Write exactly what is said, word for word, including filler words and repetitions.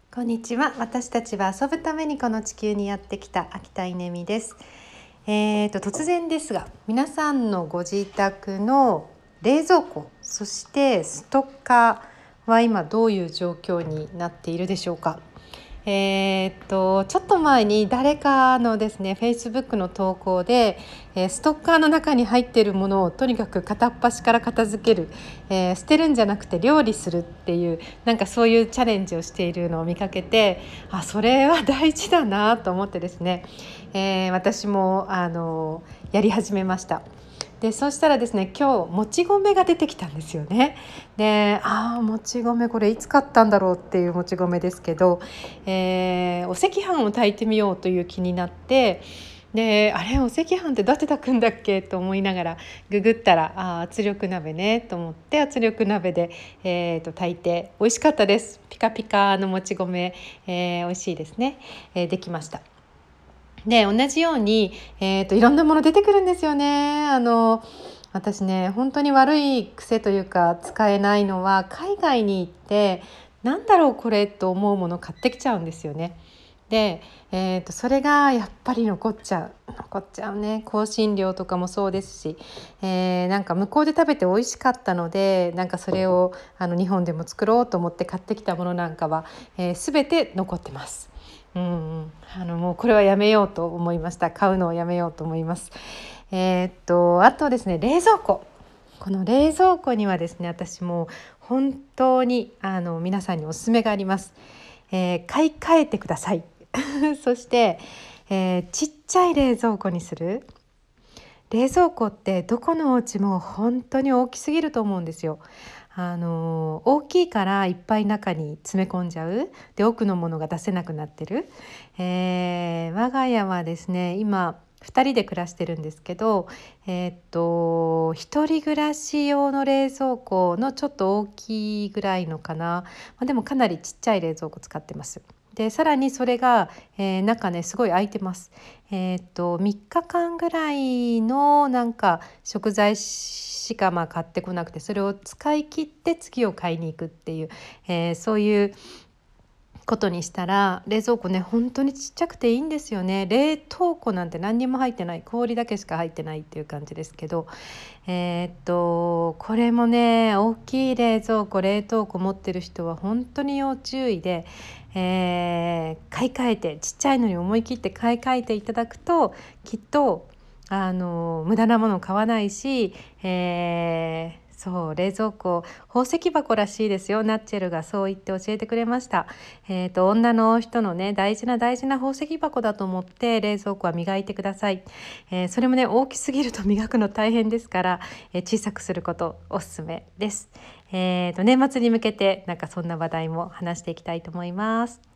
こんにちは。私たちは遊ぶためにこの地球にやってきた秋田稲美です。えーと突然ですが、皆さんのご自宅の冷蔵庫、そしてストッカーは今どういう状況になっているでしょうか。えー、とちょっと前に誰かのですね Facebook の投稿で、えーストッカーの中に入っているものをとにかく片っ端から片付ける、えー捨てるんじゃなくて料理するっていう、なんかそういうチャレンジをしているのを見かけて、あ、それは大事だなと思ってですね、えー私もあのやり始めました。でそうしたらですね、今日もち米が出てきたんですよね。で、ああもち米これいつ買ったんだろうっていうもち米ですけど、えーお赤飯を炊いてみようという気になって、であれお赤飯ってどうやって炊くんだっけと思いながらググったら、あ圧力鍋ねと思って圧力鍋で、えーと炊いて美味しかったです。ピカピカのもち米、えー、美味しいですね、えーできました。で同じように、えー、といろんなもの出てくるんですよね。あの私ね本当に悪い癖というか使えないのは、海外に行ってなんだろうこれと思うものを買ってきちゃうんですよね。で、えー、とそれがやっぱり残っちゃう残っちゃうね。香辛料とかもそうですし、えーなんか向こうで食べて美味しかったので、なんかそれをあの日本でも作ろうと思って買ってきたものなんかは、えー、全て残ってます。うんうん、あのもうこれはやめようと思いました。買うのをやめようと思います。えーっとあとですね、冷蔵庫。この冷蔵庫にはですね、私も本当にあの皆さんにおすすめがあります。えー買い替えてください。そして、えーちっちゃい冷蔵庫にする。冷蔵庫ってどこのお家も本当に大きすぎると思うんですよ。あの大きいからいっぱい中に詰め込んじゃう。で奥のものが出せなくなってる、えー我が家はですね今ふたりで暮らしてるんですけど、えーっと一人暮らし用の冷蔵庫のちょっと大きいぐらいのかな、まあ、でもかなりちっちゃい冷蔵庫使ってます。でさらにそれが、えー中ねすごい空いてます。えーっとみっかかんぐらいのなんか食材しかまあ買ってこなくて、それを使い切って次を買いに行くっていう、えーそういうことにしたら、冷蔵庫ね本当にちっちゃくていいんですよね。冷凍庫なんて何にも入ってない、氷だけしか入ってないっていう感じですけど、えーっとこれもね大きい冷蔵庫冷凍庫持ってる人は本当に要注意で、えー買い替えて、ちっちゃいのに思い切って買い替えていただくと、きっとあの無駄なものを買わないし、えーそう冷蔵庫宝石箱らしいですよ。ナッチェルがそう言って教えてくれました。えーと女の人のね大事な大事な宝石箱だと思って冷蔵庫は磨いてください。えーそれもね大きすぎると磨くの大変ですから、えー小さくすることおすすめです。えーと年末に向けてなんかそんな話題も話していきたいと思います。